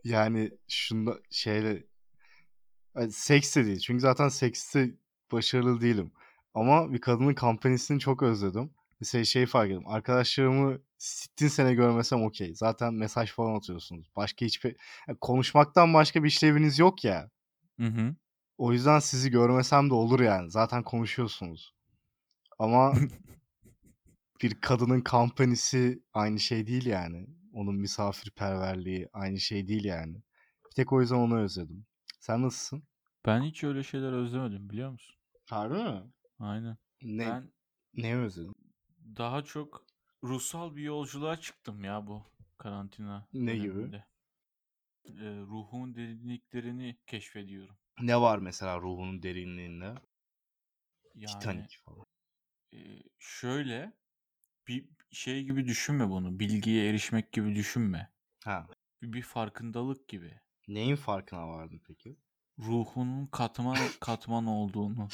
Yani şunda seks de değil. Çünkü zaten sekste başarılı değilim. Ama bir kadının company'sini çok özledim. Mesela fark ettim. Arkadaşlarımı sittin sene görmesem okey. Zaten mesaj falan atıyorsunuz. Başka hiçbir... konuşmaktan başka bir işleviniz yok ya. Hı hı. O yüzden sizi görmesem de olur yani. Zaten konuşuyorsunuz. Ama bir kadının company'si aynı şey değil yani. Onun misafirperverliği aynı şey değil yani. Bir tek o yüzden onu özledim. Sen nasılsın? Ben hiç öyle şeyler özlemedim, biliyor musun? Harbi mi? Aynen. Ne Ben ne özledin? daha çok ruhsal bir yolculuğa çıktım ya bu karantina Ne gibi? döneminde. Ruhumun derinliklerini keşfediyorum. Ne var mesela ruhunun derinliğinde? Yani Titanic falan. şöyle bir şey gibi düşünme bunu. Bilgiye erişmek gibi düşünme. Ha. Bir farkındalık gibi. Neyin farkına vardın peki? Ruhunun katman katman olduğunu.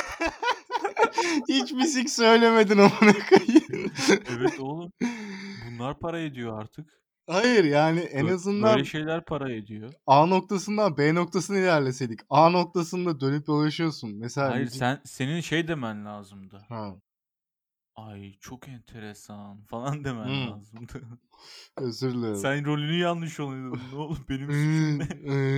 Hiç müzik söylemedin amına koyayım. Evet oğlum. Bunlar para ediyor artık. Hayır yani en Böyle azından şeyler para ediyor. A noktasından B noktasına ilerleseydik. A noktasında dönüp dolaşıyorsun. Mesela Hayır, müzik... senin şey demen lazımdı. Ha. Ay çok enteresan falan demen Hmm. lazımdı. Özür dilerim. Sen rolünü yanlış oynadın. Ne olur, benim suçum ne?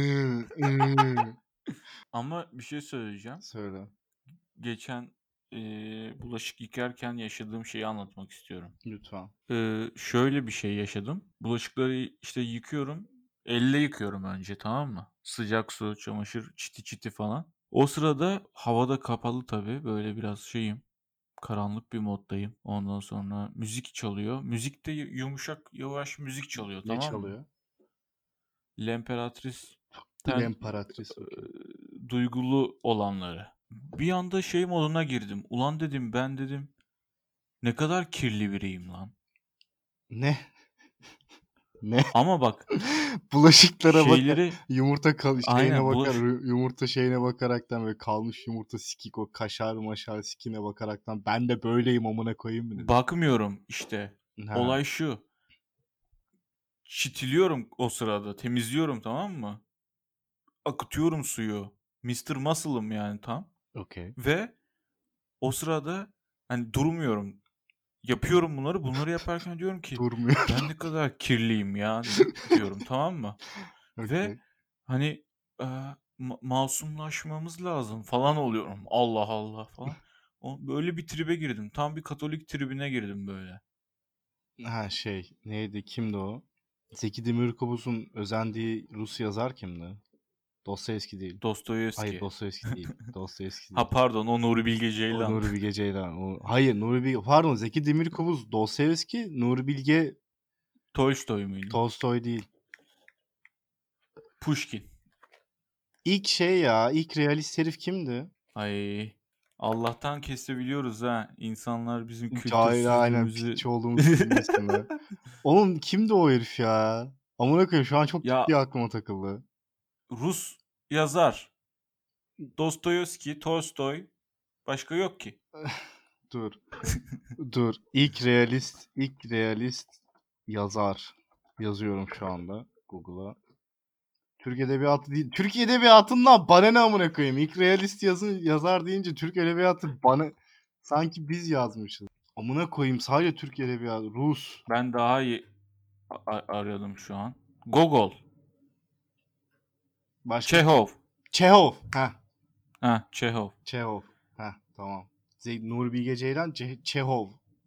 Ama bir şey söyleyeceğim. Söyle. Geçen bulaşık yıkarken yaşadığım şeyi anlatmak istiyorum. Lütfen. Şöyle bir şey yaşadım. Bulaşıkları işte yıkıyorum. Elle yıkıyorum önce, tamam mı? Sıcak su, çamaşır, çiti çiti falan. O sırada havada kapalı tabii. Böyle biraz şeyim. Karanlık bir moddayım. Ondan sonra müzik çalıyor. Müzik de yumuşak, yavaş müzik çalıyor, Ne tamam mı? çalıyor? L'Impératrice'ten L'Imparatrice, okey. duygulu olanları. Bir anda şey moduna girdim. Ulan dedim, ben dedim ne kadar kirli biriyim lan. Ne? Ne? Ama bak, Bulaşıklara bakar. şeyleri Yumurta şeyine aynen bakar. Yumurta şeyine bakaraktan böyle kalmış yumurta sikik o kaşar maşar sikine bakaraktan ben de böyleyim amına koyayım mı dedi. bakmıyorum işte. Ha. Olay şu. Çitiliyorum o sırada. Temizliyorum, tamam mı? Akıtıyorum suyu. Mister Muscle'ım yani tam. Okey. Ve o sırada hani durmuyorum. Yapıyorum bunları. Bunları yaparken diyorum ki Durmuyor. ben ne kadar kirliyim ya diyorum, tamam mı? Ve Okey. hani masumlaşmamız lazım falan oluyorum. Allah Allah falan. Böyle bir tribe girdim. Tam bir Katolik tribine girdim böyle. Ha neydi kimdi o? Zeki Demirkubuz'un özendiği Rus yazar kimdi? Dostoyevski değil. Hayır Dostoyevski. Dostoyevski değil. Dostoyevski Ha değil. pardon, o Nuri Bilge O Ceylan. Nuri Bilge Ceylan. Hayır Nuri Bilge pardon Zeki Demirkubuz Dostoyevski, Nuri Bilge Tolstoy muydu? Tolstoy değil. Pushkin. İlk ilk realist herif kimdi? Ay, Allah'tan kesebiliyoruz ha. İnsanlar bizim Cahil aynen kültürsüzlüğümüzü. piç olduğumuzu bilmesinler. Oğlum kimdi o herif ya? Amına koyayım şu an çok Ya, ciddi aklıma takıldı. Rus yazar. Dostoyevski, Tolstoy. Başka yok ki. Dur. Dur. İlk realist yazar. Yazıyorum şu anda Google'a. Türk Edebiyatı değil. Türk Edebiyatı'ndan bana ne amına koyayım? İlk realist yazar deyince Türk Edebiyatı bana sanki biz yazmışız. Amına koyayım sadece Türk Edebiyatı. Rus. Ben daha iyi arıyordum şu an. Gogol. Başka kim? Çehov. Çehov. Heh. Ha, Çehov. Çehov. Heh tamam. Nuri Bilge Ceylan Çehov.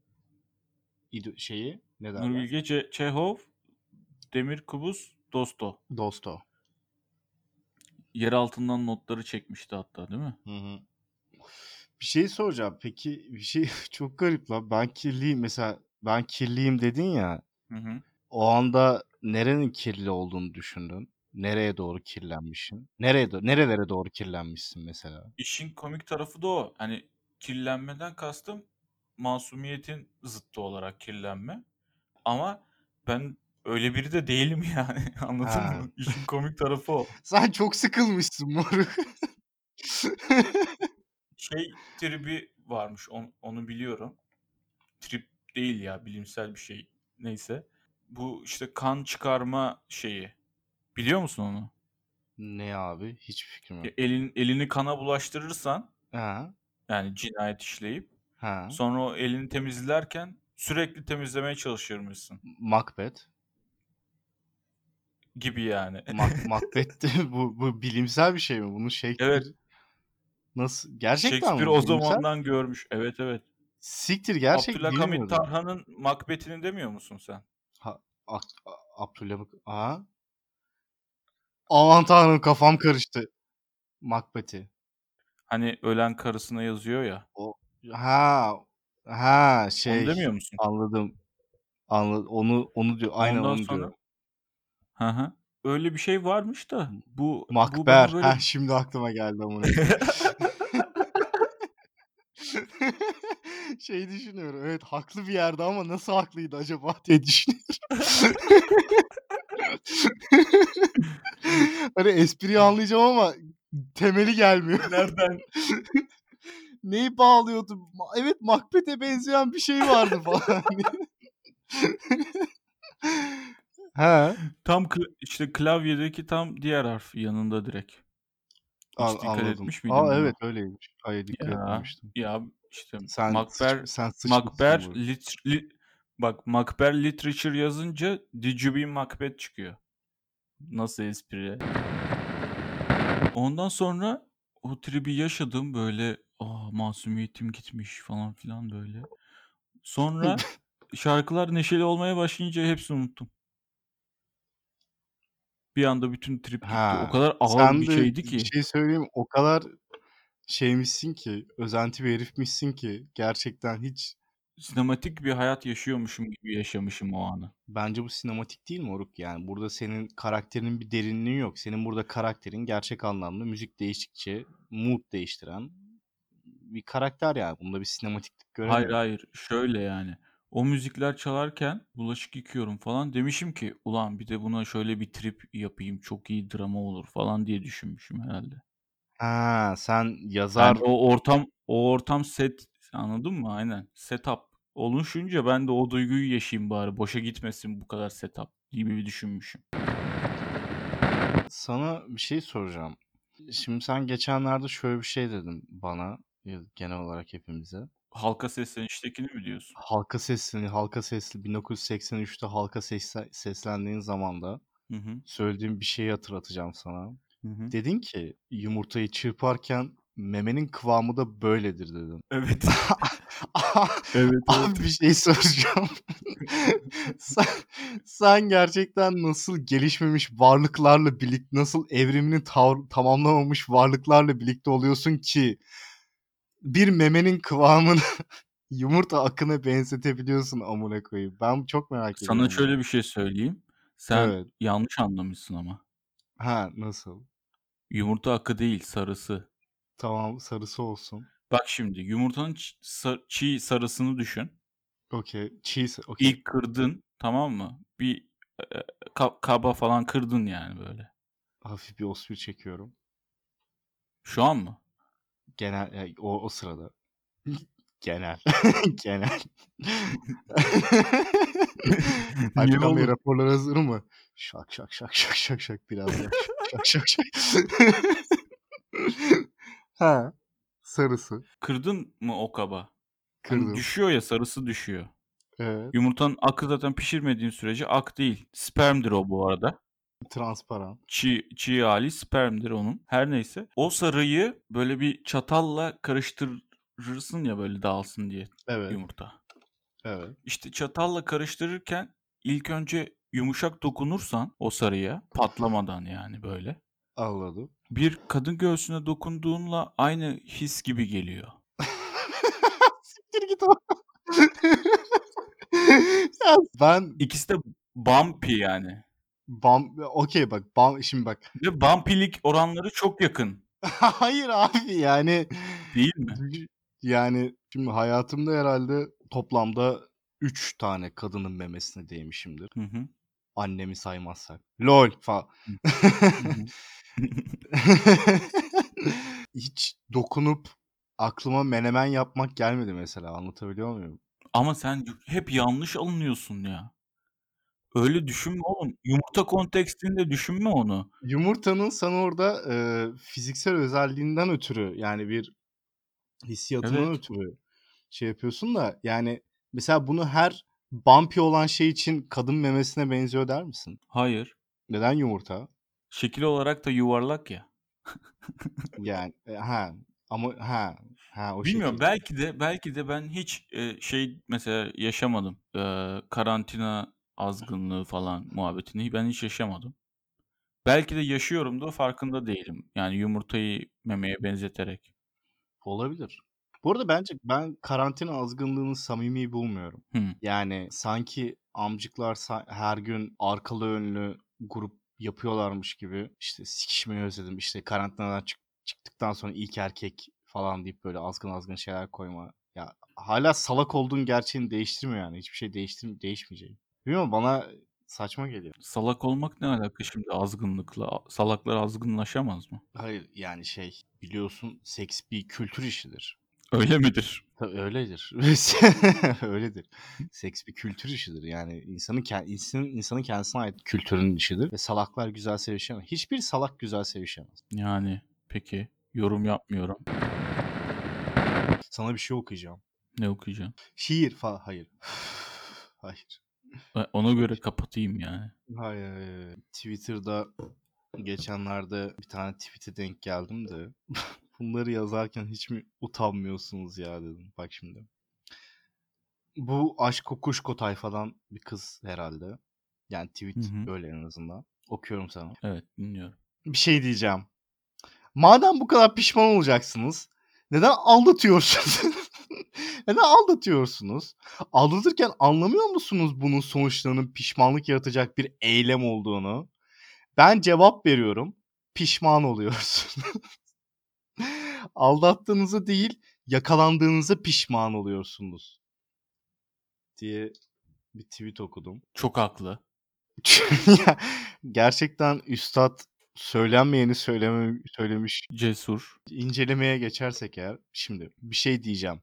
Ne Nuri derler? Bilge Çehov. Demir Kubus Dosto. Dosto. Yer altından notları çekmişti hatta, değil mi? Hı hı. Bir şey soracağım. Peki bir şey çok garip lan. Ben kirliyim mesela. Ben kirliyim dedin ya. Hı hı. O anda nerenin kirli olduğunu düşündün? Nereye doğru kirlenmişsin? Nerelere doğru kirlenmişsin mesela? İşin komik tarafı da o. Hani kirlenmeden kastım masumiyetin zıttı olarak kirlenme. Ama ben öyle biri de değilim yani. Anladın Ha. mı? İşin komik tarafı o. Sen çok sıkılmışsın moruk. Şey tribi varmış, onu biliyorum. Trip değil ya, bilimsel bir şey. Neyse. Bu işte kan çıkarma şeyi. Biliyor musun onu? Ne abi? Hiçbir fikrim yok. Elini kana bulaştırırsan, Ha, yani cinayet işleyip, ha. sonra o elini temizlerken sürekli temizlemeye çalışırmışsın Macbeth. gibi yani. Macbeth de bu bilimsel bir şey mi? Bunu Shakespeare Evet, nasıl? Gerçekten Shakespeare mi? o Bilimsel? zamandan görmüş. Evet, evet. Siktir, gerçek Abdülhamit bilmiyordum. Tarhan'ın Macbeth'ini demiyor musun sen? Ha, Abdülhamit. Aha. Aman tanrım, kafam karıştı. Macbeth'i. Hani ölen karısına yazıyor ya. O ha ha Onu şey, demiyor musun? anladım. Anladım. Onu diyor. Aynen Ondan onu sonra diyor. hı hı. Öyle bir şey varmış da bu bana Makber. böyle Heh, şimdi aklıma geldi amına koyayım. Şey düşünüyorum. Evet, haklı bir yerde ama nasıl haklıydı acaba diye düşünüyorum. Hani espriyi anlayacağım ama temeli gelmiyor. nereden Neyi bağlıyordu? Evet, Macbeth'e benzeyen bir şey vardı falan diye. He. işte klavyedeki tam diğer harf yanında direkt. Hiç dikkat Anladım. etmiş miydin Evet, buna? öyleymiş. Hayır, dikkat Ya etmemiştim. ya işte Sen sen sıçmışsın Macbeth moruk. lit, li- bak Macbeth Literature yazınca Did You Mean Macbeth çıkıyor. Nasıl espri? Ondan sonra o tribi yaşadım böyle masumiyetim gitmiş falan filan böyle. Sonra şarkılar neşeli olmaya başlayınca hepsini unuttum. Bir anda bütün trip gitti. O Ha, kadar ağır bir sen de şeydi bir ki. şey söyleyeyim mi? O kadar şeymişsin ki, özenti bir herifmişsin ki gerçekten hiç. Sinematik bir hayat yaşıyormuşum gibi yaşamışım o anı. Bence bu sinematik değil moruk yani. Burada senin karakterinin bir derinliği yok. Senin burada karakterin gerçek anlamda müzik değiştikçe mood değiştiren bir karakter yani. Bunda bir sinematiklik Hayır, göremiyorum. hayır. Şöyle yani. O müzikler çalarken bulaşık yıkıyorum falan. Demişim ki ulan bir de buna şöyle bir trip yapayım. Çok iyi drama olur falan diye düşünmüşüm herhalde. Ha, sen yazar. Yani o ortam set, anladın mı? Aynen. Setup oluşunca ben de o duyguyu yaşayayım bari. Boşa gitmesin bu kadar setup gibi bir düşünmüşüm. Sana bir şey soracağım. Şimdi sen geçenlerde şöyle bir şey dedin bana, genel olarak hepimize. Halka Sesleniş'tekini mi diyorsun? Halka sesli 1983'te seslendiğin zaman da Hı hı. söylediğim bir şeyi hatırlatacağım sana. Hı hı. Dedin ki yumurtayı çırparken memenin kıvamı da böyledir dedin. Evet. Evet, evet. Abi bir şey soracağım. Sen, sen gerçekten nasıl gelişmemiş varlıklarla birlikte, nasıl evrimini tamamlamamış varlıklarla birlikte oluyorsun ki bir memenin kıvamını yumurta akına benzetebiliyorsun amına koyayım. Ben çok merak Sana ediyorum bunu. şöyle bir şey söyleyeyim. Sen Evet. yanlış anlamışsın ama. Ha, nasıl? Yumurta akı değil, sarısı. Tamam, sarısı olsun. Bak şimdi yumurtanın çiğ sarısını düşün. Okey. Cheese. Okey. İlk kırdın, tamam mı? Bir kaba falan kırdın yani böyle. Hafif bir ospir çekiyorum. Şu an mı? Genel o sırada. Genel. Genel. Alp Niye Kamya oğlum? raporları hazır mı? Şak şak şak şak şak şak biraz daha şak şak şak şak. Ha. Sarısı. Kırdın mı o kaba? Hani Kırdım. düşüyor ya, sarısı düşüyor. Evet. Yumurtanın akı zaten pişirmediğin sürece ak değil. Spermdir o bu arada. Transparan. Çiğ hali spermdir onun. Her neyse. O sarıyı böyle bir çatalla karıştırırsın ya böyle dağılsın diye Evet. yumurta. Evet. İşte çatalla karıştırırken ilk önce yumuşak dokunursan o sarıya patlamadan yani böyle. Anladım. Bir kadın göğsüne dokunduğunla aynı his gibi geliyor. Siktir git o. Ya ben İkisi de bumpy yani. okey bak, şimdi bak. Ve bumpy'lik oranları çok yakın. Hayır abi yani Değil mi? yani şimdi hayatımda herhalde toplamda 3 tane kadının memesine değmişimdir. Hı hı. Annemi saymazsak. LOL falan. Hı hı. Hiç dokunup aklıma menemen yapmak gelmedi mesela. Anlatabiliyor muyum? Ama sen hep yanlış anlıyorsun ya. Öyle düşünme oğlum. Yumurta kontekstinde düşünme onu. Yumurtanın sana orada, fiziksel özelliğinden ötürü, yani bir hissiyatından Evet. ötürü şey yapıyorsun da, yani mesela bunu her bumpy olan şey için kadın memesine benziyor der misin? Hayır. Neden yumurta? Şekil olarak da yuvarlak ya. Yani, o Bilmiyorum, şekilde. belki de ben hiç, şey mesela yaşamadım. Karantina azgınlığı falan muhabbetini ben hiç yaşamadım. Belki de yaşıyorumdur, farkında değilim. Yani yumurtayı memeye benzeterek. Olabilir. Bu arada bence ben karantina azgınlığını samimi bulmuyorum. Hımm. Yani sanki amcıklar her gün arkalı önlü grup yapıyorlarmış gibi, işte, "Sikişmeyi özledim, işte, karantinadan çıktıktan sonra ilk erkek" falan deyip böyle azgın azgın şeyler koyma. Ya, hala salak olduğun gerçeğini değiştirmiyor yani. Hiçbir şey değişmeyecek. Bilmiyorum, bana saçma geliyor. Salak olmak ne alaka şimdi azgınlıkla? Salaklar azgınlaşamaz mı? Hayır, yani, biliyorsun seks bir kültür işidir. Öyle midir? Tabii öyledir. Öyledir. Seks bir kültür işidir. Yani insanın kendisine ait kültürün işidir ve salaklar güzel sevişemez. Hiçbir salak güzel sevişemez. Yani, peki, yorum yapmıyorum. Sana bir şey okuyacağım. Ne okuyacağım? Şiir hayır. Hayır. Ona göre kapatayım yani. Hayır. Twitter'da geçenlerde bir tane tweet'e denk geldim de bunları yazarken hiç mi utanmıyorsunuz ya dedim. Bak şimdi. Bu Aşk Kokuşko tayfadan bir kız herhalde. Yani Hı tweet hı. öyle en azından. Okuyorum sana. Evet, dinliyorum. Bir şey diyeceğim. Madem bu kadar pişman olacaksınız, neden aldatıyorsunuz? Neden aldatıyorsunuz? Aldatırken anlamıyor musunuz bunun sonuçlarının pişmanlık yaratacak bir eylem olduğunu? Ben cevap veriyorum. Pişman oluyorsun. Aldattığınızı değil, yakalandığınızı pişman oluyorsunuz diye bir tweet okudum. Çok haklı. Ya, gerçekten üstad söylenmeyeni söylemiş. Cesur. İncelemeye geçersek eğer, şimdi bir şey diyeceğim.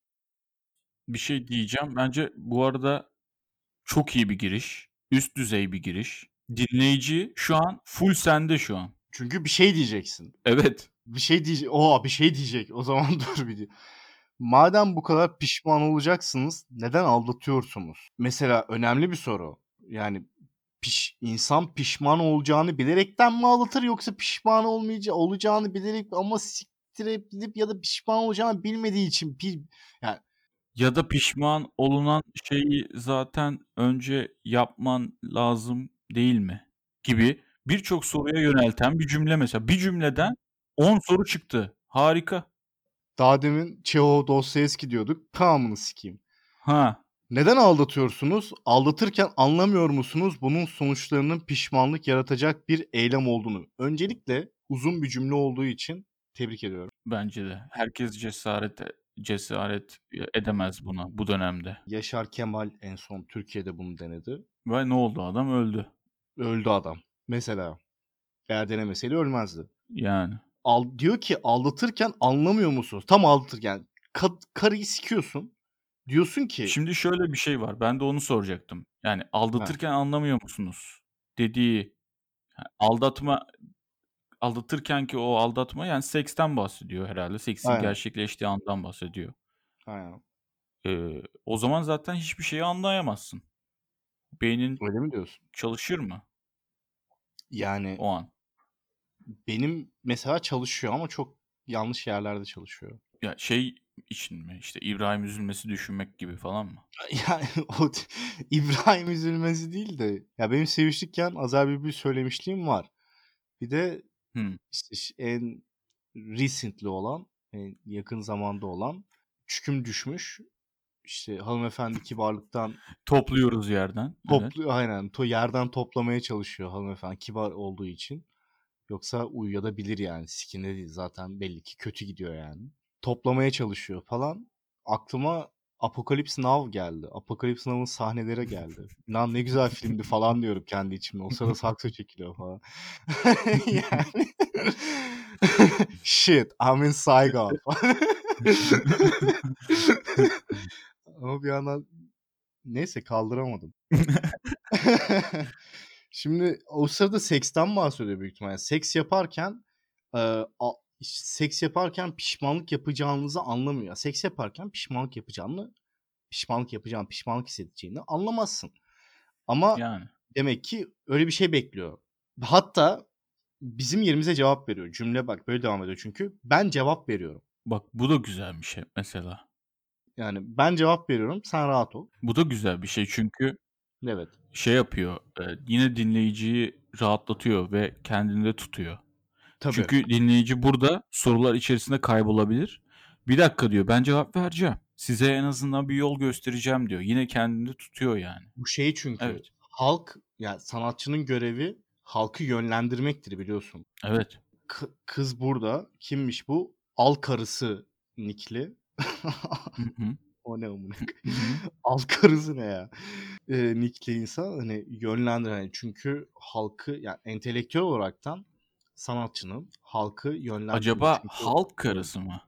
Bir şey diyeceğim. Bence bu arada çok iyi bir giriş. Üst düzey bir giriş. Dinleyici şu an full sende şu an. Çünkü bir şey diyeceksin. Evet. Bir şey diyecek. O zaman dur bir. Madem bu kadar pişman olacaksınız, neden aldatıyorsunuz? Mesela önemli bir soru. Yani insan pişman olacağını bilerekten mi aldatır yoksa pişman olacağını bilerek ama siktir edip ya da pişman olacağını bilmediği için yani Ya da pişman olunan şeyi zaten önce yapman lazım değil mi? Gibi birçok soruya yönelten bir cümle mesela. Bir cümleden 10 soru çıktı. Harika. daha demin Çehov Dostoyevski diyorduk. Tamamını sikeyim. Ha, Neden aldatıyorsunuz? Aldatırken anlamıyor musunuz bunun sonuçlarının pişmanlık yaratacak bir eylem olduğunu? Öncelikle uzun bir cümle olduğu için tebrik ediyorum. bence de. Herkes cesaret edemez buna bu dönemde. Yaşar Kemal en son Türkiye'de bunu denedi. Ve ne oldu? Adam öldü. Öldü adam. Mesela eğer denemeseydi ölmezdi. Yani. Diyor ki aldatırken anlamıyor musunuz? Tam aldatırken karıyı sikiyorsun. Diyorsun ki Şimdi şöyle bir şey var. Ben de onu soracaktım. Yani Heh, aldatırken anlamıyor musunuz? Dediği aldatırkenki o aldatma yani seksten bahsediyor herhâlde. Seksin aynen. gerçekleştiği andan bahsediyor. Aynen. O zaman zaten hiçbir şeyi anlayamazsın. Beynin Öyle mi diyorsun? çalışır mı Yani o an? benim mesela çalışıyor ama çok yanlış yerlerde çalışıyor. Ya, şey için mi, işte, İbrahim Üzülmez'i düşünmek gibi falan mı? Yani o İbrahim Üzülmez'i değil de ya benim Sevişlikken Azer Bülbül söylemişliğim var. Bir de Hımm. işte en recently olan, yakın zamanda olan Çüküm Düşmüş. İşte hanımefendi kibarlıktan Topluyoruz yerden. Evet. aynen yerden toplamaya çalışıyor hanımefendi kibar olduğu için. Yoksa uyuyabilir yani. Sikinde değil zaten belli ki kötü gidiyor yani. Toplamaya çalışıyor falan. Aklıma Apocalypse Now geldi. Apocalypse Now'ın sahneleri geldi. Lan ne güzel filmdi falan diyorum kendi içimde. O sırada sakso çekiliyor falan. Yani shit, I'm in Saigon. Ama bir yandan neyse kaldıramadım. Şimdi o sırada seksten bahsediyor büyük ihtimalle. Seks yaparken pişmanlık yapacağınızı anlamıyor. Seks yaparken pişmanlık hissedeceğini anlamazsın. Ama Yani. demek ki öyle bir şey bekliyor. Hatta bizim yerimize cevap veriyor. Cümle bak böyle devam ediyor çünkü. Ben cevap veriyorum. Bak bu da güzel bir şey mesela. Yani ben cevap veriyorum, sen rahat ol. Bu da güzel bir şey çünkü Evet. şey yapıyor, yine dinleyiciyi rahatlatıyor ve kendinde tutuyor. Tabii. Çünkü dinleyici burada sorular içerisinde kaybolabilir. "Bir dakika." diyor, "Ben cevap vereceğim. Size en azından bir yol göstereceğim." diyor. Yine kendinde tutuyor yani. Bu şey çünkü Evet, halk yani sanatçının görevi halkı yönlendirmektir biliyorsun. evet. Kız burada kimmiş bu? Al karısı nickli. Hı hı. O ne amına Hı hı. Al karısı ne ya? Nickli insan hani yönlendiren hani çünkü halkı yani entelektüel olaraktan sanatçının halkı yönlendirme Acaba çünkü halk evet. karısı mı?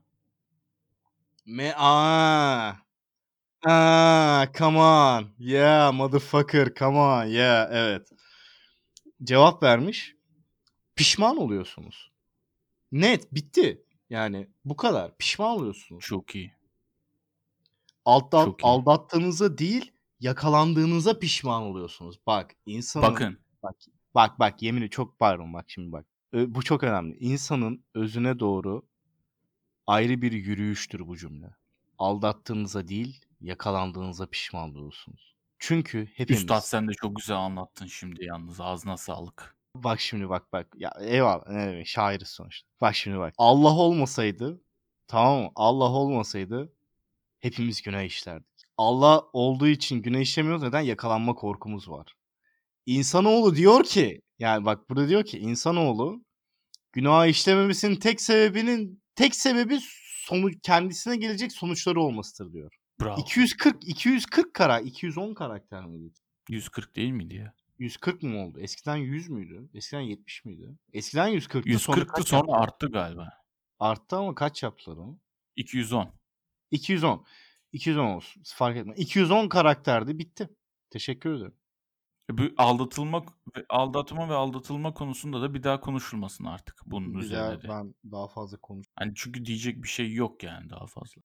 A! Come on. Yeah, motherfucker, come on. Yeah, evet. Cevap vermiş. Pişman oluyorsunuz. Net, bitti. Yani bu kadar. Pişman oluyorsunuz. Çok iyi, Aldat çok iyi. aldattığınıza değil, yakalandığınıza pişman oluyorsunuz. Bak, insanın Bakın, bak bak yeminle çok pardon bak şimdi bak. Bu çok önemli. İnsanın özüne doğru ayrı bir yürüyüştür bu cümle. Aldattığınıza değil, yakalandığınıza pişman oluyorsunuz. Çünkü üstad hepimiz sen de çok güzel anlattın şimdi yalnız. Ağzına sağlık. bak şimdi bak. Ya eyvallah ne demek şairiz sonuçta. Bak şimdi bak. Allah olmasaydı tamam mı? Allah olmasaydı hepimiz günah işlerdik. Allah olduğu için günah işlemiyoruz. Neden? Yakalanma korkumuz var. İnsanoğlu diyor ki yani bak burada diyor ki insanoğlu günah işlememesinin tek sebebi kendisine gelecek sonuçları olmasıdır diyor. Bravo. 210 karakter miydi? 140 değil miydi ya? 140 mı oldu? Eskiden 100 müydü? Eskiden 70 miydi? Eskiden 140'tı sonra 140'tı kaç sonra yaptılar? arttı galiba. Arttı ama kaç yaptılar onu? 210. 210. 210 olsun. Fark etmez. 210 karakterdi. Bitti. Teşekkür ederim. Bu aldatma ve aldatılma konusunda da bir daha konuşulmasın artık bunun Bir üzerine daha de. ben daha fazla konuş. Hani çünkü diyecek bir şey yok yani daha fazla.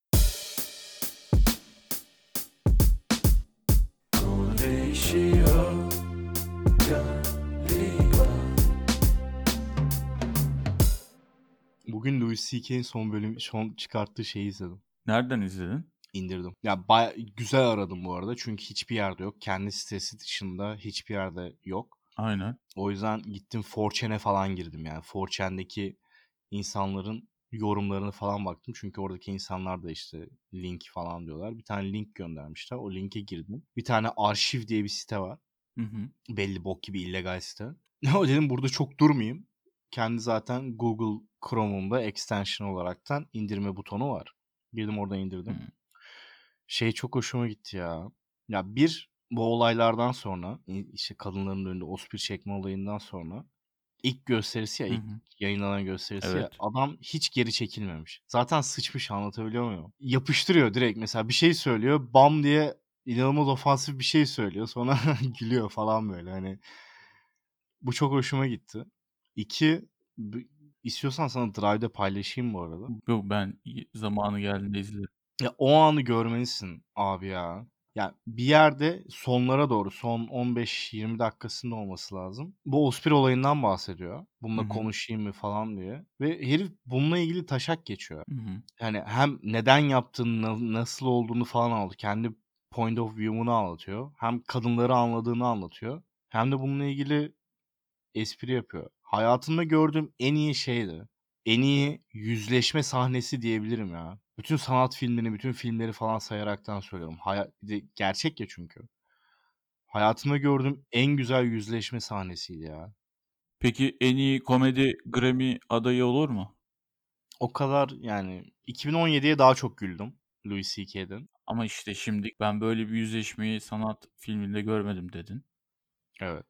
Konu değişiyor galiba. Bugün Louis C.K.'in son çıkarttığı şeyi izledim. Nereden izledin? İndirdim. Ya baya güzel aradım bu arada. Çünkü hiçbir yerde yok. Kendi sitesi dışında hiçbir yerde yok. Aynen. O yüzden gittim 4chan'e falan girdim yani. 4chan'deki insanların yorumlarını falan baktım. Çünkü oradaki insanlar da işte link falan diyorlar. Bir tane link göndermişler. O linke girdim. Bir tane arşiv diye bir site var. Hı hı. Belli bok gibi illegal site. O dedim burada çok durmayayım. Kendi zaten Google Chrome'umda extension olaraktan indirme butonu var. Girdim oradan indirdim. Hı. Şey çok hoşuma gitti ya. Ya bir bu olaylardan sonra işte kadınların önünde ospir çekme olayından sonra ilk gösterisi ya Hı ilk hı. yayınlanan gösterisi ya Evet. adam hiç geri çekilmemiş. Zaten sıçmış anlatabiliyor muyum? Yapıştırıyor direkt mesela bir şey söylüyor bam diye inanılmaz ofansif bir şey söylüyor sonra gülüyor falan böyle hani bu çok hoşuma gitti. İki istiyorsan sana Drive'de paylaşayım bu arada. Yok ben zamanı geldiğinde izlerim. Ya o anı görmelisin abi ya. Ya bir yerde sonlara doğru son 15-20 dakikasında olması lazım. Bu Ospir olayından bahsediyor. Hı Bununla hı. konuşayım mı falan diye. Ve herif bununla ilgili taşak geçiyor. Hı hı. Yani hem neden yaptığını, nasıl olduğunu falan anlatıyor. Kendi point of view'unu anlatıyor. Hem kadınları anladığını anlatıyor. Hem de bununla ilgili espri yapıyor. Hayatımda gördüğüm en iyi şeydi. En iyi yüzleşme sahnesi diyebilirim ya. Bütün sanat filmlerini, bütün filmleri falan sayaraktan söylüyorum. Bir de gerçek ya çünkü. Hayatımda gördüğüm en güzel yüzleşme sahnesiydi ya. Peki en iyi komedi Grammy adayı olur mu? O kadar yani 2017'ye daha çok güldüm Louis C.K.'den. Ama işte şimdi ben böyle bir yüzleşmeyi sanat filminde görmedim dedin. Evet.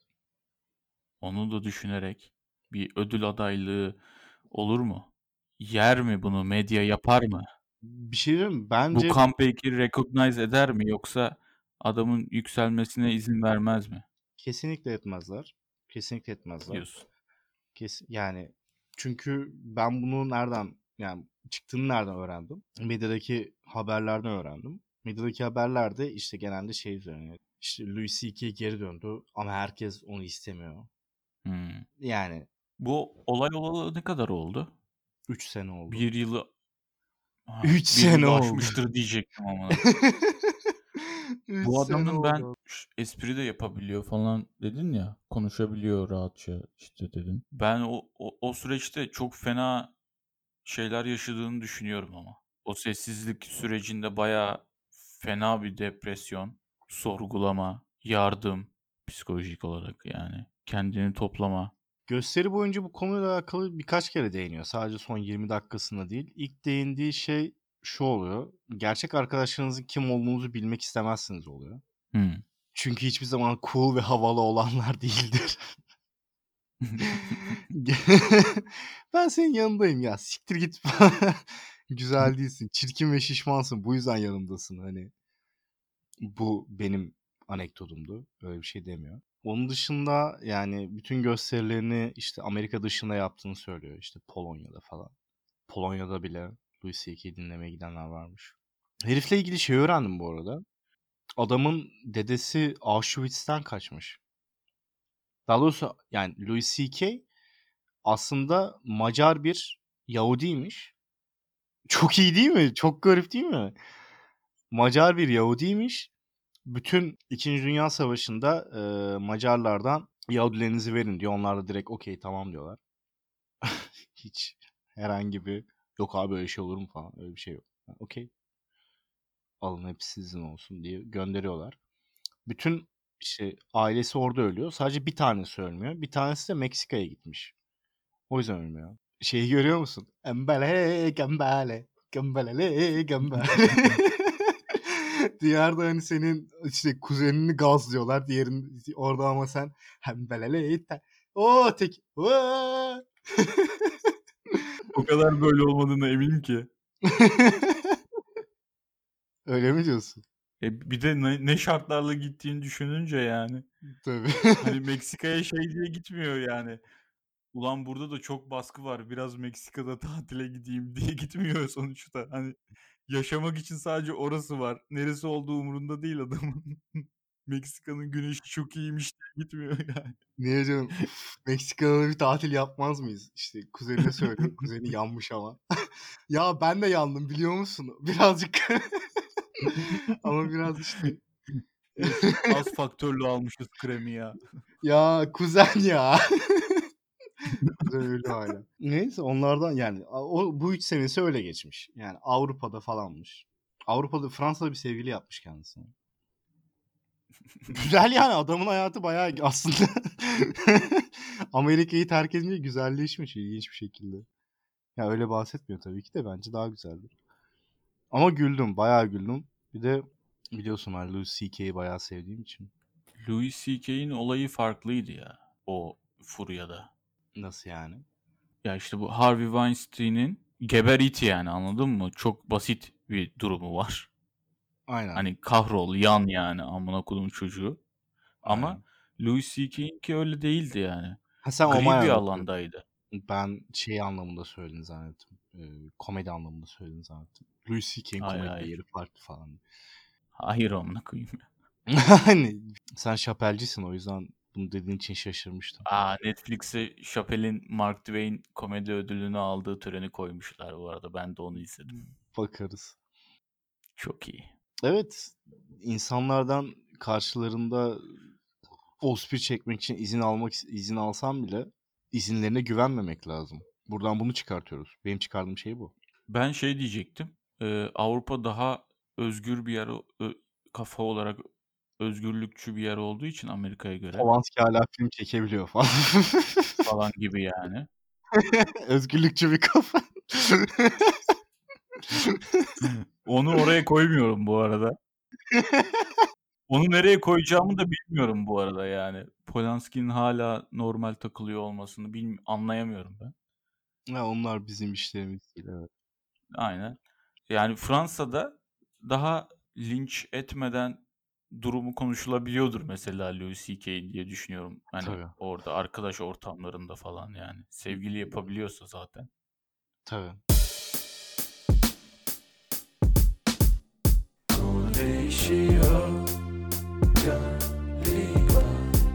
Onu da düşünerek bir ödül adaylığı olur mu? Yer mi bunu? Medya yapar mı? Bir şey diyeyim mi? Bu Bence comeback'i recognize eder mi yoksa adamın yükselmesine izin vermez mi? Kesinlikle etmezler. Kesinlikle etmezler. diyorsun. Yani çünkü ben bunu yani çıktığını nereden öğrendim? Medyadaki haberlerden öğrendim. Medyadaki haberlerde işte genelde şey üzerine. İşte Louis C.K. geri döndü ama herkes onu istemiyor. Hmm. Yani Bu olay olalı ne kadar oldu? 3 sene oldu. Bir yılı Ha, 3 bir sene yılı oldu. aşmıştır diyecektim ama. 3 Bu sene adamın ben oldu. espri de yapabiliyor falan dedin ya. Konuşabiliyor rahatça işte dedin. Ben o süreçte çok fena şeyler yaşadığını düşünüyorum ama. O sessizlik sürecinde bayağı fena bir depresyon, sorgulama, yardım psikolojik olarak yani. Kendini toplama. Gösteri boyunca bu konuyla alakalı birkaç kere değiniyor. Sadece son 20 dakikasında değil. İlk değindiği şey şu oluyor. Gerçek arkadaşlarınızın kim olduğunuzu bilmek istemezsiniz oluyor. Hmm. Çünkü hiçbir zaman cool ve havalı olanlar değildir. Ben senin yanındayım ya. Siktir git. Güzel değilsin. Çirkin ve şişmansın. Bu yüzden yanımdasın. Hani bu benim anekdotumdu. Öyle bir şey demiyor. Onun dışında yani bütün gösterilerini işte Amerika dışında yaptığını söylüyor. İşte Polonya'da falan. Polonya'da bile Louis C.K. dinlemeye gidenler varmış. Herifle ilgili şey öğrendim bu arada. Adamın dedesi Auschwitz'ten kaçmış. Daha doğrusu yani Louis C.K. aslında Macar bir Yahudiymiş. Çok iyi değil mi? Çok garip değil mi? Macar bir Yahudiymiş. Bütün 2. Dünya Savaşı'nda Macarlardan Yahudilerinizi verin diyor. Onlar da direkt okey tamam diyorlar. Hiç herhangi bir yok abi öyle şey olur mu falan öyle bir şey yok. Okey alın hepsi sizin olsun diye gönderiyorlar. Bütün işte ailesi orada ölüyor. Sadece bir tanesi ölmüyor. Bir tanesi de Meksika'ya gitmiş. O yüzden ölmüyor. Şeyi görüyor musun? Embele gembele. Gembelele gembele. Diğerde hani senin işte kuzenini gazlıyorlar. Diğerin orada ama sen hembelele o tek. O kadar böyle olmadığına eminim ki. Öyle mi diyorsun? Bir de ne şartlarla gittiğini düşününce yani. Tabii. Hani Meksika'ya şey diye gitmiyor yani. Ulan burada da çok baskı var. Biraz Meksika'da tatile gideyim diye gitmiyor sonuçta. Hani yaşamak için sadece orası var. Neresi olduğu umurunda değil adamın. Meksika'nın güneşi çok iyiymiş diye gitmiyor yani. Niye canım? Uf, Meksika'da bir tatil yapmaz mıyız? İşte kuzenine söylüyor. Kuzeni yanmış ama. Ya ben de yandım biliyor musun? Birazcık. Ama biraz işte. Az faktörlü almışız kremi ya. Ya kuzen ya. Kuzen ölü hala. Neyse onlardan yani bu 3 senesi öyle geçmiş. Yani Avrupa'da falanmış. Avrupa'da Fransa'da bir sevgili yapmış kendisine. Güzel yani adamın hayatı bayağı aslında Amerika'yı terk edince güzelleşmiş ilginç bir şekilde. Ya öyle bahsetmiyor tabii ki de bence daha güzeldir. Ama güldüm, bayağı güldüm. Bir de biliyorsun ben Louis C.K.'yi bayağı sevdiğim için. Louis C.K.'in olayı farklıydı ya. O furyada. Nasıl yani? Ya işte bu Harvey Weinstein'in geberiti yani anladın mı? Çok basit bir durumu var. Aynen. Hani kahrol, yan yani amına koyduğum çocuğu. Ama Aynen. Louis C.K.'inki öyle değildi yani. Ha sen o Gri bir manada söyledin. alandaydı. Ben şey anlamında söyledin zannettim. Komedi anlamında söyledin zannettim. Louis C.K.'in Hayır komedide hayır. yeri farklı falan. Hayır amına koyayım. Hani sen şapelcisin o yüzden bunu dediğin için şaşırmıştım. Netflix'e Chappelle'in Mark Twain komedi ödülünü aldığı töreni koymuşlar bu arada. Ben de onu izledim. Bakarız. Çok iyi. Evet, insanlardan karşılarında ospir çekmek için izin alsam bile izinlerine güvenmemek lazım. Buradan bunu çıkartıyoruz. Benim çıkardığım şey bu. Ben şey diyecektim. Avrupa daha özgür bir yer, kafa olarak özgürlükçü bir yer olduğu için Amerika'ya göre Polanski hala film çekebiliyor falan. falan gibi yani. Özgürlükçü bir kafa. Onu oraya koymuyorum bu arada. Onu nereye koyacağımı da bilmiyorum bu arada yani. Polanski'nin hala normal takılıyor olmasını anlayamıyorum ben. Ya onlar bizim işlerimiz değil. Evet. Aynen. Yani Fransa'da daha linç etmeden durumu konuşulabiliyordur mesela Louis C.K. diye düşünüyorum. Hani Tabii. orada arkadaş ortamlarında falan yani. Sevgili yapabiliyorsa zaten. Tabii. Konu değişiyor galiba.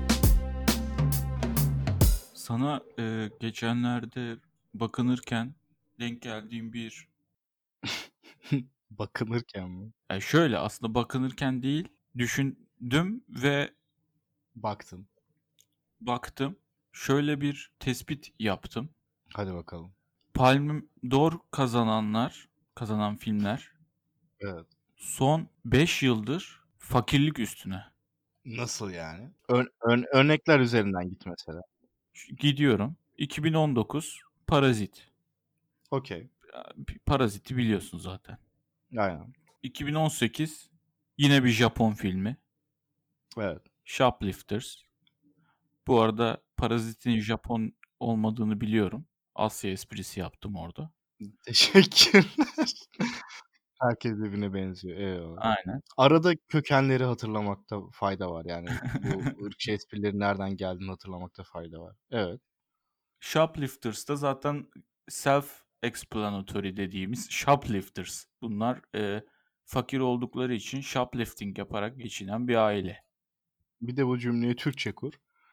Sana geçenlerde bakınırken denk geldiğim bir Bakınırken mi? şöyle aslında bakınırken değil düşündüm ve Baktın. baktım. Şöyle bir tespit yaptım. Hadi bakalım. Palme d'Or kazanan filmler Evet. son 5 yıldır fakirlik üstüne. Nasıl yani? Örnekler üzerinden git mesela. Gidiyorum. 2019 Parazit. Okey. Parazit'i biliyorsun zaten. Aynen. 2018 yine bir Japon filmi. Evet. Shoplifters. Bu arada Parazit'in Japon olmadığını biliyorum. Asya esprisi yaptım orada. Teşekkürler. Herkes birbirine benziyor. Eyvallah. Aynen. Arada kökenleri hatırlamakta fayda var. Yani bu ırkçı esprilerin nereden geldiğini hatırlamakta fayda var. Evet. Shoplifters'ta zaten self-explanatory dediğimiz shoplifters. Bunlar fakir oldukları için shoplifting yaparak geçinen bir aile. Bir de bu cümleyi Türkçe kur.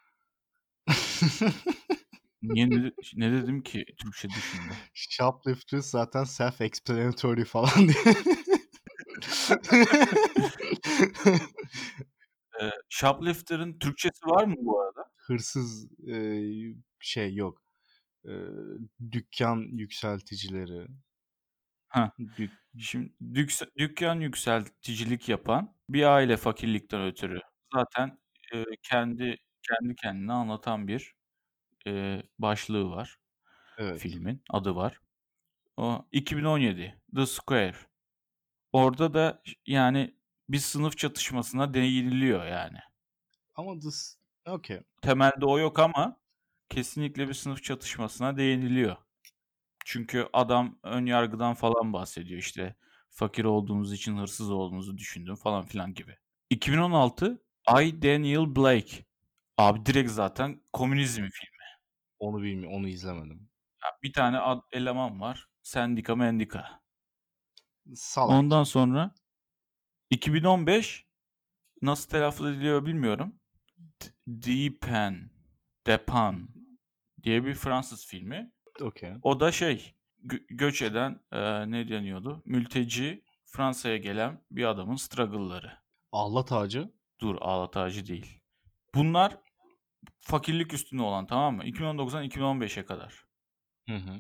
Niye ne dedim ki Türkçe dışında? Shoplifters zaten self-explanatory falan diye. Shoplifter'ın Türkçesi var mı bu arada? Hırsız şey yok. Eee, dükkan yükselticileri. Heh. Dük Şimdi dükkan yükselticilik yapan bir aile fakirlikten ötürü. Zaten kendi kendine anlatan bir başlığı var. evet. Filmin adı var. O 2017 The Square. Orada da yani bir sınıf çatışmasına değiniliyor yani. Ama okay. Temelde o yok ama kesinlikle bir sınıf çatışmasına değiniliyor. Çünkü adam ön yargıdan falan bahsediyor işte. Fakir olduğunuz için hırsız olduğunuzu düşündüm falan filan gibi. 2016 I. Daniel Blake. Abi direkt zaten komünizm filmi. Onu bilmiyorum. Onu izlemedim. Ya bir tane eleman var. Sendika mendika. Salak. Ondan sonra 2015 nasıl telaffuz ediliyor bilmiyorum. Depan diye bir Fransız filmi. Okay. O da göç eden ne deniyordu? Mülteci Fransa'ya gelen bir adamın struggle'ları. Ahlat Ağacı. Dur ağlatıcı değil. Bunlar fakirlik üstünde olan tamam mı? 2019'dan 2015'e kadar. Hı hı.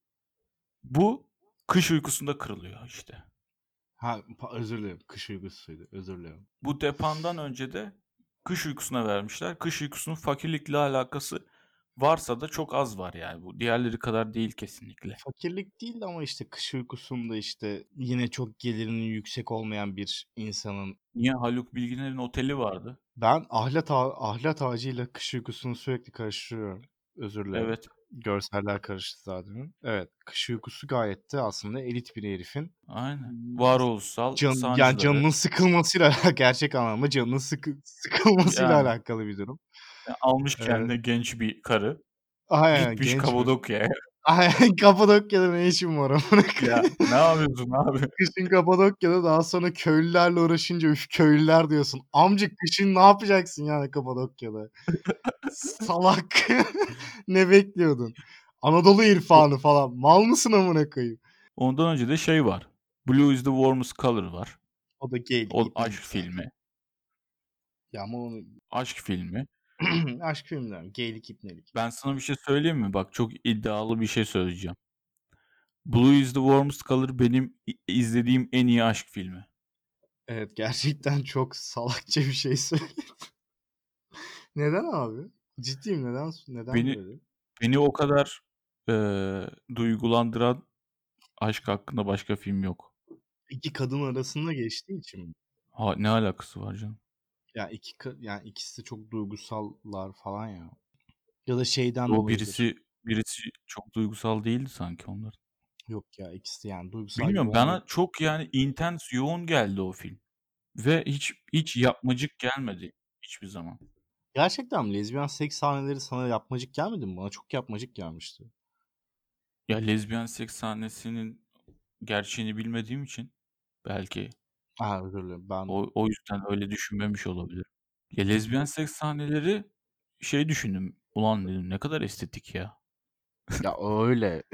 Bu kış uykusunda kırılıyor işte. Ha, özür dilerim. Kış uykusuydu. Özür dilerim. Bu depandan önce de kış uykusuna vermişler. Kış uykusunun fakirlikle alakası varsa da çok az var yani. Bu diğerleri kadar değil kesinlikle. Fakirlik değil ama işte kış uykusunda işte yine çok gelirinin yüksek olmayan bir insanın. Niye Haluk Bilginer'in oteli vardı? Ben ahlat ağacıyla kış uykusunu sürekli karıştırıyorum. Özür dilerim. Evet. Görseller karıştı zaten. Evet. Kış uykusu gayet de aslında elit bir herifin Aynen. Varoluşsal yani sancıları. canının sıkılmasıyla gerçek anlamda canının sıkılmasıyla Yani. alakalı bir durum. Almış Ee, kendine genç bir karı. aynen Gitmiş genç bir. Kapadokya'ya. Aynen Kapadokya'da ne işim var amına Ya koyayım. ne yapıyorsun abi? Kışın Kapadokya'da daha sonra köylülerle uğraşınca üf köylüler diyorsun. Amcık kışın ne yapacaksın yani Kapadokya'da? Salak. Ne bekliyordun? Anadolu irfanı falan. Mal mısın amına koyayım? Ondan önce de var. Blue is the warmest color var. O da geylik O ipnelik aşk zaten. filmi. Ya ama onu Aşk filmi. aşk filmleri. Geylik ipnelik. Ben sana bir şey söyleyeyim mi? Bak çok iddialı bir şey söyleyeceğim. Blue is the warmest color benim izlediğim en iyi aşk filmi. Evet gerçekten çok salakça bir şey söyledin. Neden abi? Ciddiyim neden Beni böyle? beni o kadar duygulandıran aşk hakkında başka film yok. İki kadın arasında geçtiği için mi? Ne alakası var canım? Ya yani ikisi de çok duygusallar falan ya. Ya da şeyden O dolayıdır. birisi çok duygusal değildi sanki onlar. Yok ya ikisi de yani duygusal gibi Bilmiyorum olmayıp bana çok yani intense yoğun geldi o film. Ve hiç yapmacık gelmedi hiçbir zaman. Gerçekten mi? Lezbiyen seks sahneleri sana yapmacık gelmedi mi? Bana çok yapmacık gelmişti. Ya lezbiyen seks sahnesinin gerçeğini bilmediğim için belki Özür dilerim. Ben o yüzden öyle düşünmemiş olabilirim. Ya lezbiyen seks sahneleri şey düşündüm. Ulan dedim ne kadar estetik ya. ya öyle.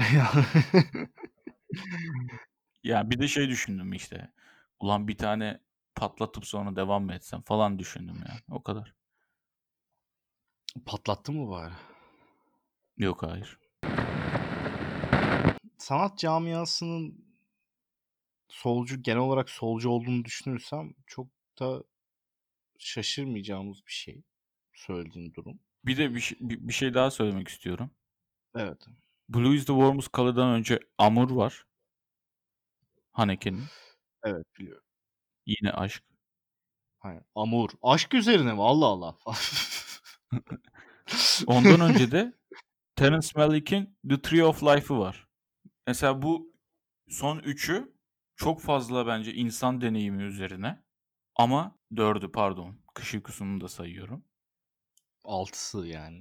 Ya bir de şey düşündüm işte. Ulan bir tane patlatıp sonra devam mı etsem falan düşündüm yani. O kadar. Patlattın mı bari? Yok hayır. Sanat camiasının genel olarak solcu olduğunu düşünürsem çok da şaşırmayacağımız bir şey söylediğin durum. Bir de bir şey daha söylemek istiyorum. Evet. Blue is the Warmest Color'dan önce Amur var. Haneke'nin. Evet biliyorum. Yine aşk. Hayır. Amur. Aşk üzerine mi? Allah Allah. Ondan önce de Terence Malick'in The Tree of Life'ı var. Mesela bu son üçü çok fazla bence insan deneyimi üzerine. Ama dördü pardon. Kış Uykusu'nu da sayıyorum. 6'sı yani.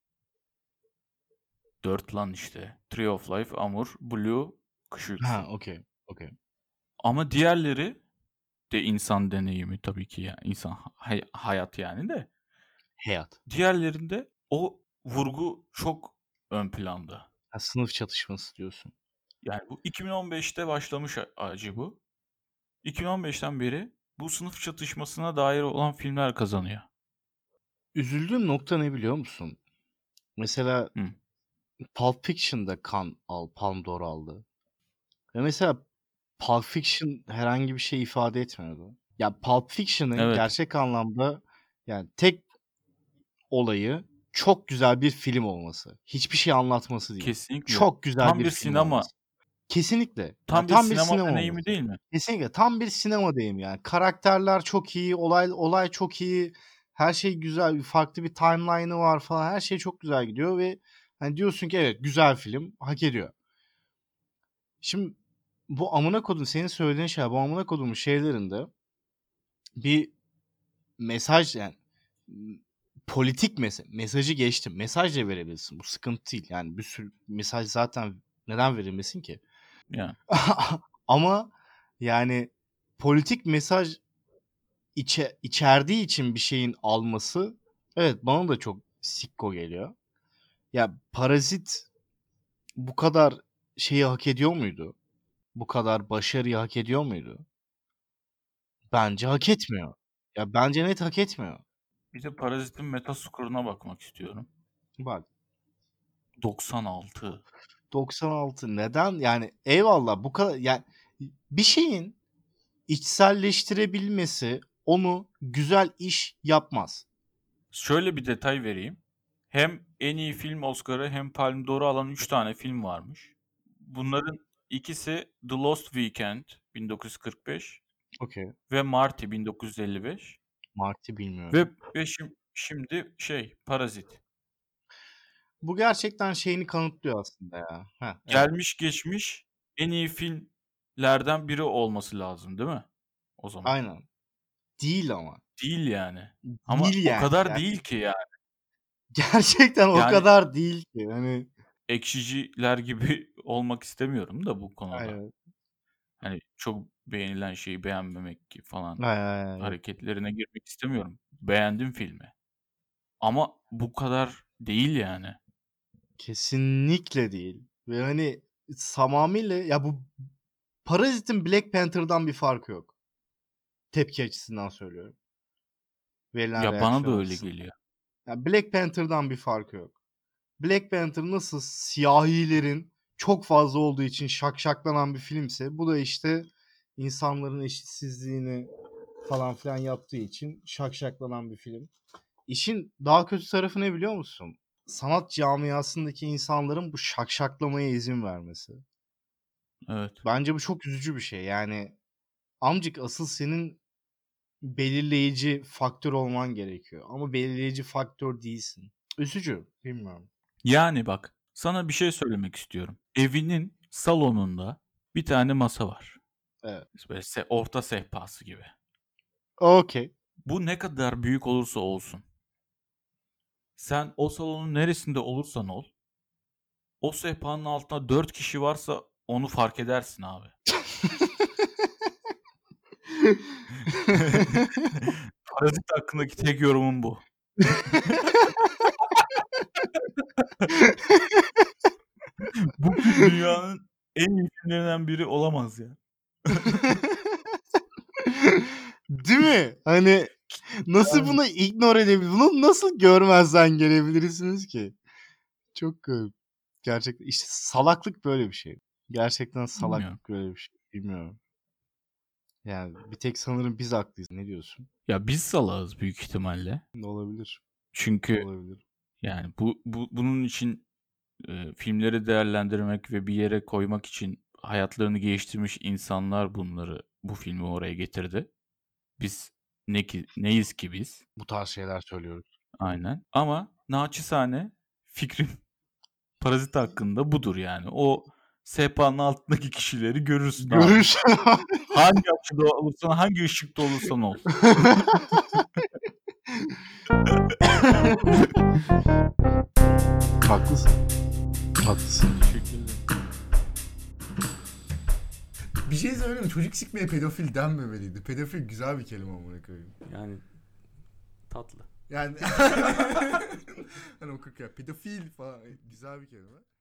4 lan işte. Tree of Life, Amur, Blue, Kış Uykusu. Okey. Okey. Ama diğerleri de insan deneyimi tabii ki ya. İnsan hayat yani de. Hayat. Diğerlerinde o vurgu çok ön planda. Sınıf çatışması diyorsun. Yani bu 2015'te başlamış acı bu. 2015'ten beri bu sınıf çatışmasına dair olan filmler kazanıyor. Üzüldüğüm nokta ne biliyor musun? Mesela Hı. Pulp Fiction'da Palme d'Or aldı. Ve mesela Pulp Fiction herhangi bir şey ifade etmiyordu. Ya Pulp Fiction'ın Evet, gerçek anlamda yani tek olayı çok güzel bir film olması. Hiçbir şey anlatması değil. kesinlikle. Çok güzel Tam bir bir film sinema, olması. Kesinlikle. Ya tam bir tam bir sinema sinema deneyimi olması. değil mi? Kesinlikle tam bir sinema deyim yani. Karakterler çok iyi, olay çok iyi. Her şey güzel, farklı bir timeline'ı var falan. Her şey çok güzel gidiyor ve hani diyorsun ki evet güzel film, hak ediyor. Şimdi bu amına kodum senin söylediğin şey, bu amına kodumun şeylerinde bir mesaj yani politik mesajı geçtim. Mesaj da verebilirsin. Bu sıkıntı değil. Yani bir sürü mesaj zaten neden verilmesin ki? Yani Ama yani politik mesaj içerdiği için bir şeyin alması evet bana da çok sikko geliyor. Ya Parazit bu kadar şeyi hak ediyor muydu? Bu kadar başarıyı hak ediyor muydu? Bence hak etmiyor. Ya bence net hak etmiyor. bir de Parazit'in Metascore'una bakmak istiyorum. Bak 96. 96 neden yani eyvallah bu kadar yani bir şeyin içselleştirebilmesi onu güzel iş yapmaz. Şöyle bir detay vereyim. Hem en iyi film Oscar'ı hem Palme d'Or'u alan 3 tane film varmış. Bunların ikisi The Lost Weekend 1945 Okey. ve Marty 1955 Marty bilmiyorum. ve şimdi Parazit. Bu gerçekten şeyini kanıtlıyor aslında ya. Evet. Gelmiş geçmiş en iyi filmlerden biri olması lazım değil mi? O zaman. Aynen. Değil ama. Değil yani. Ama Değil o yani. kadar değil ki ya. Gerçekten o Yani kadar değil ki. Hani ekşiciler gibi olmak istemiyorum da bu konuda. aynen. Hani çok beğenilen şeyi beğenmemek gibi falan Aynen. Yok. hareketlerine girmek istemiyorum. Beğendim filmi. Ama bu kadar değil yani. Kesinlikle değil. Ve hani tamamıyla ya bu Parazit'in Black Panther'dan bir farkı yok. Tepki açısından söylüyorum. Verilen Ya bana da reaksiyon öyle açısından. geliyor. Ya Black Panther'dan bir farkı yok. Black Panther nasıl siyahilerin çok fazla olduğu için şaklanan bir filmse bu da işte insanların eşitsizliğini falan filan yaptığı için şaklanan bir film. İşin daha kötü tarafı ne biliyor musun? Sanat camiasındaki insanların bu şaklamaya izin vermesi. Evet. Bence bu çok üzücü bir şey. Yani amcık asıl senin belirleyici faktör olman gerekiyor. Ama belirleyici faktör değilsin. Üzücü. Bilmiyorum. Yani bak sana bir şey söylemek istiyorum. Evinin salonunda bir tane masa var. Evet. Böyle orta sehpası gibi. Okey. Bu ne kadar büyük olursa olsun. Sen o salonun neresinde olursan ol. O sehpanın altında 4 kişi varsa onu fark edersin abi. Parazit hakkındaki tek yorumum bu. Bu film dünyanın en iyi filmlerinden biri olamaz ya. Değil mi? Hani nasıl bunu ignore edebilir? Bunu nasıl görmezden gelebilirsiniz ki? Çok garip. Gerçekten işte salaklık böyle bir şey. Gerçekten Bilmiyorum. salaklık böyle bir şey. Bilmiyorum. Yani bir tek sanırım biz haklıyız. Ne diyorsun? Ya biz salağız büyük ihtimalle. Olabilir. Çünkü Olabilir. yani bunun için filmleri değerlendirmek ve bir yere koymak için hayatlarını geliştirmiş insanlar bu filmi oraya getirdi. Biz neyiz ki biz? Bu tarz şeyler söylüyoruz. Aynen. Ama naçizane fikrim Parazit hakkında budur yani. O sehpanın altındaki kişileri görürsün abi. Görüş. Hangi açıda olursan, hangi ışıkta olursan ol. Haklısın. Haklısın. Teşekkür ederim. Bir şey söyleyeyim mi? Çocuk sikmeye pedofil denmemeliydi. Pedofil güzel bir kelime amına koyayım. Yani tatlı. Yani hani okurken pedofil falan güzel bir kelime.